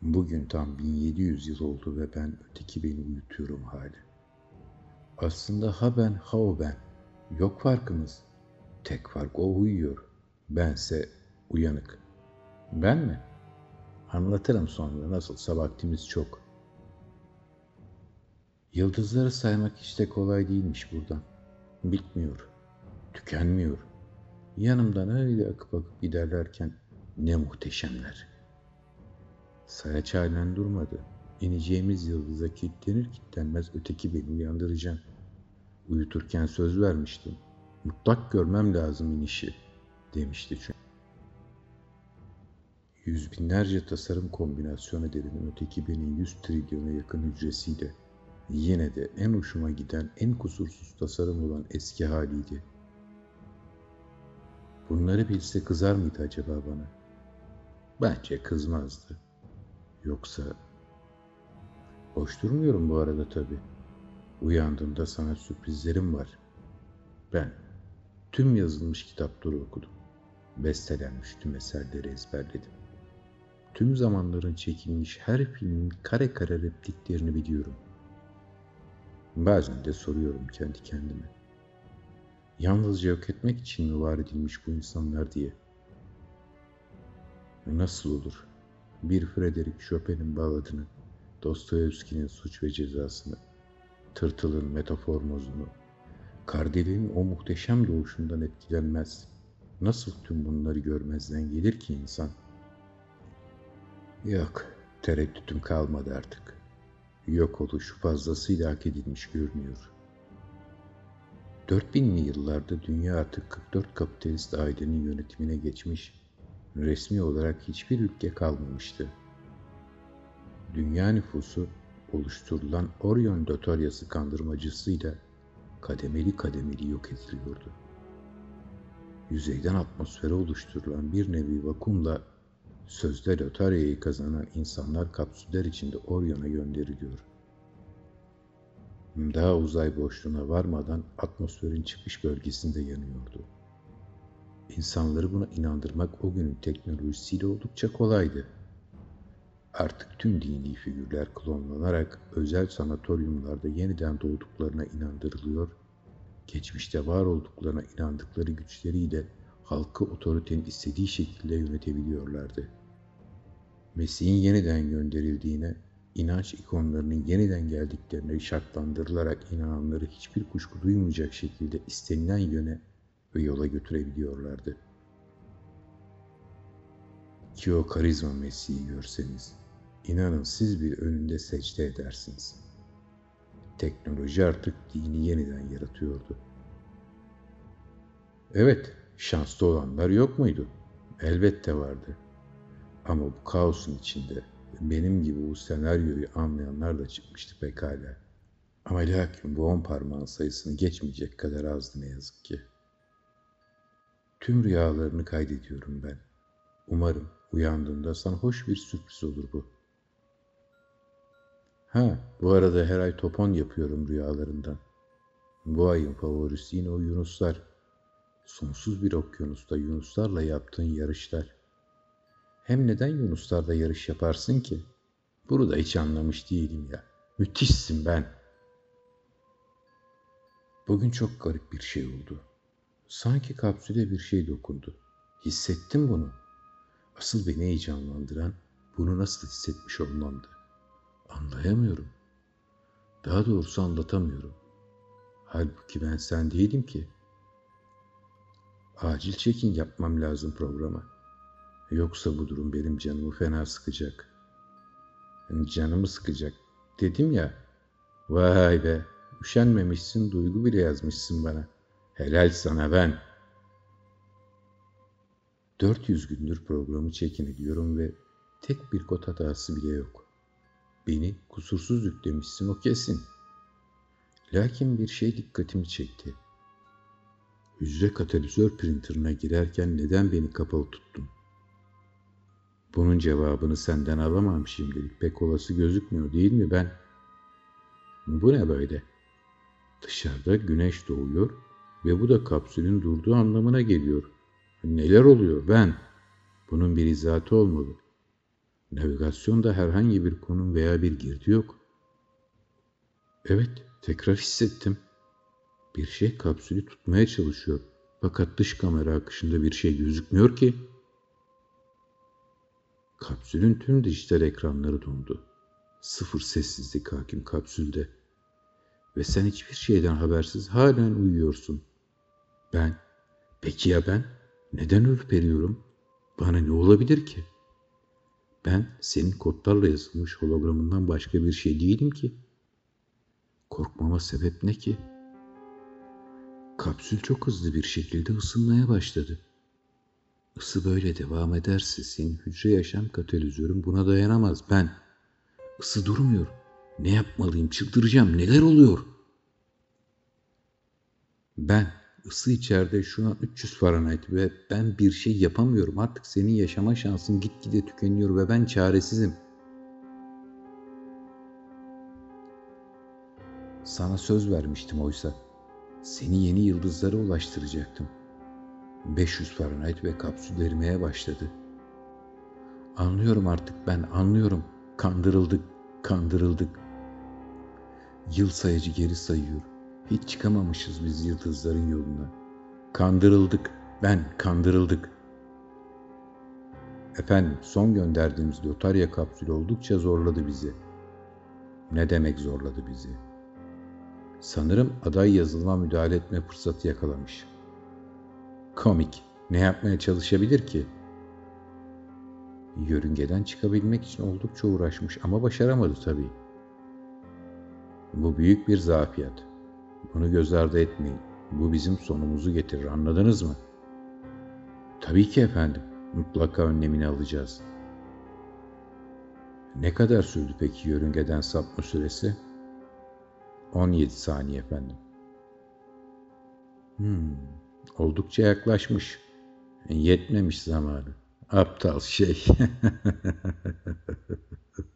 Bugün tam 1700 yıl oldu ve ben öteki beni uyutuyorum hali. Aslında ha ben ha o ben. Yok farkımız. Tek fark o uyuyor. Bense uyanık. Ben mi? Anlatırım sonra, nasılsa vaktimiz çok. Yıldızları saymak hiç de kolay değilmiş buradan. Bitmiyor. Tükenmiyor. Yanımdan öyle akıp akıp giderlerken ne muhteşemler. Sayaç halen durmadı. İneceğimiz yıldıza kilitlenir kilitlenmez öteki beni uyandıracağım. Uyuturken söz vermiştim. Mutlak görmem lazım inişi, demişti çünkü. Yüz binlerce tasarım kombinasyon ederim öteki benim 100 trilyona yakın hücresiyle. Yine de en hoşuma giden, en kusursuz tasarım olan eski haliydi. Bunları bilse kızar mıydı acaba bana? Bence kızmazdı. Yoksa... Boş durmuyorum bu arada tabii. Uyandığımda sana sürprizlerim var. Ben tüm yazılmış kitapları okudum. Bestelenmiş tüm eserleri ezberledim. Tüm zamanların çekilmiş her filmin kare kare repliklerini biliyorum. Bazen de soruyorum kendi kendime. Yalnızca yok etmek için mi var edilmiş bu insanlar diye. Nasıl olur? Bir Frederick Chopin'in baladını, Dostoyevski'nin Suç ve Cezasını, Tırtıl'ın Metaformozunu, Kardelen'in o muhteşem doğuşundan etkilenmez. Nasıl tüm bunları görmezden gelir ki insan? Yok, tereddütüm kalmadı artık. Yok oluş fazlasıyla hak edilmiş görünüyor. 4000'li yıllarda dünya artık 44 kapitalist ailenin yönetimine geçmiş, resmi olarak hiçbir ülke kalmamıştı. Dünya nüfusu oluşturulan Orion Lotaryası kandırmacısıyla kademeli kademeli yok ediliyordu. Yüzeyden atmosfere oluşturulan bir nevi vakumla sözde lotaryayı kazanan insanlar kapsüller içinde Orion'a gönderiliyor. Daha uzay boşluğuna varmadan atmosferin çıkış bölgesinde yanıyordu. İnsanları buna inandırmak o günün teknolojisiyle oldukça kolaydı. Artık tüm dini figürler klonlanarak özel sanatoryumlarda yeniden doğduklarına inandırılıyor, geçmişte var olduklarına inandıkları güçleriyle halkı otoritenin istediği şekilde yönetebiliyorlardı. Mesih'in yeniden gönderildiğine, inanç ikonlarının yeniden geldiklerine şartlandırılarak inananları hiçbir kuşku duymayacak şekilde istenilen yöne ve yola götürebiliyorlardı. Ki o karizma Mesih'i görseniz, inanın siz bir önünde secde edersiniz. Teknoloji artık dini yeniden yaratıyordu. Evet, şanslı olanlar yok muydu? Elbette vardı. Ama bu kaosun içinde benim gibi bu senaryoyu anlayanlar da çıkmıştı pekala. Ama lakin bu 10 parmağın sayısını geçmeyecek kadar azdı ne yazık ki. Tüm rüyalarını kaydediyorum ben. Umarım uyandığında sana hoş bir sürpriz olur bu. Bu arada her ay topon yapıyorum rüyalarından. Bu ayın favorisi yine o yunuslar. Sonsuz bir okyanusta yunuslarla yaptığın yarışlar. Hem neden yunuslarla yarış yaparsın ki? Bunu da hiç anlamış değilim ya. Müthişsin ben. Bugün çok garip bir şey oldu. Sanki kapsüle bir şey dokundu. Hissettim bunu. Asıl beni heyecanlandıran bunu nasıl hissetmiş olmamdı. Anlayamıyorum. Daha doğrusu anlatamıyorum. Halbuki ben sen değilim ki. Acil check-in yapmam lazım programa. Yoksa bu durum benim canımı fena sıkacak. Canımı sıkacak dedim ya. Vay be, üşenmemişsin, duygu bile yazmışsın bana. Helal sana ben. 400 gündür programı check-in ediyorum ve tek bir kod hatası bile yok. Beni kusursuz yüklemişsin, o kesin. Lakin bir şey dikkatimi çekti. Hücre katalizör printerına girerken neden beni kapalı tuttun? Bunun cevabını senden alamam şimdilik. Pek olası gözükmüyor değil mi ben? Bu ne böyle? Dışarıda güneş doğuyor ve bu da kapsülün durduğu anlamına geliyor. Neler oluyor ben? Bunun bir izahatı olmalı. Navigasyonda herhangi bir konum veya bir girdi yok. Evet, tekrar hissettim. Bir şey kapsülü tutmaya çalışıyor. Fakat dış kamera akışında bir şey gözükmüyor ki. Kapsülün tüm dijital ekranları dondu. Sıfır sessizlik hakim kapsülde. Ve sen hiçbir şeyden habersiz halen uyuyorsun. Ben, peki ya ben? Neden ürperiyorum? Bana ne olabilir ki? Ben senin kodlarla yazılmış hologramından başka bir şey değilim ki. Korkmama sebep ne ki? Kapsül çok hızlı bir şekilde ısınmaya başladı. Isı böyle devam ederse senin hücre yaşam katalizörün buna dayanamaz. Isı durmuyor. Ne yapmalıyım? Çıldıracağım. Neler oluyor? Isı içeride şu an 300 Fahrenheit ve ben bir şey yapamıyorum. Artık senin yaşama şansın gitgide tükeniyor ve ben çaresizim. Sana söz vermiştim oysa. Seni yeni yıldızlara ulaştıracaktım. 500 Fahrenheit ve kapsül erimeye başladı. Anlıyorum artık, ben anlıyorum. Kandırıldık. Yıl sayıcı geri sayıyor. Hiç çıkamamışız biz yıldızların yoluna. Kandırıldık. Efendim, son gönderdiğimiz lotarya kapsülü oldukça zorladı bizi. Ne demek zorladı bizi? Sanırım aday yazılıma müdahale etme fırsatı yakalamış. Komik. Ne yapmaya çalışabilir ki? Yörüngeden çıkabilmek için oldukça uğraşmış ama başaramadı tabii. Bu büyük bir zafiyet. Bunu göz ardı etmeyin. Bu bizim sonumuzu getirir, anladınız mı? Tabii ki efendim. Mutlaka önlemini alacağız. Ne kadar sürdü peki yörüngeden sapma süresi? 17 saniye efendim. Oldukça yaklaşmış. Yetmemiş zamanı. Aptal şey.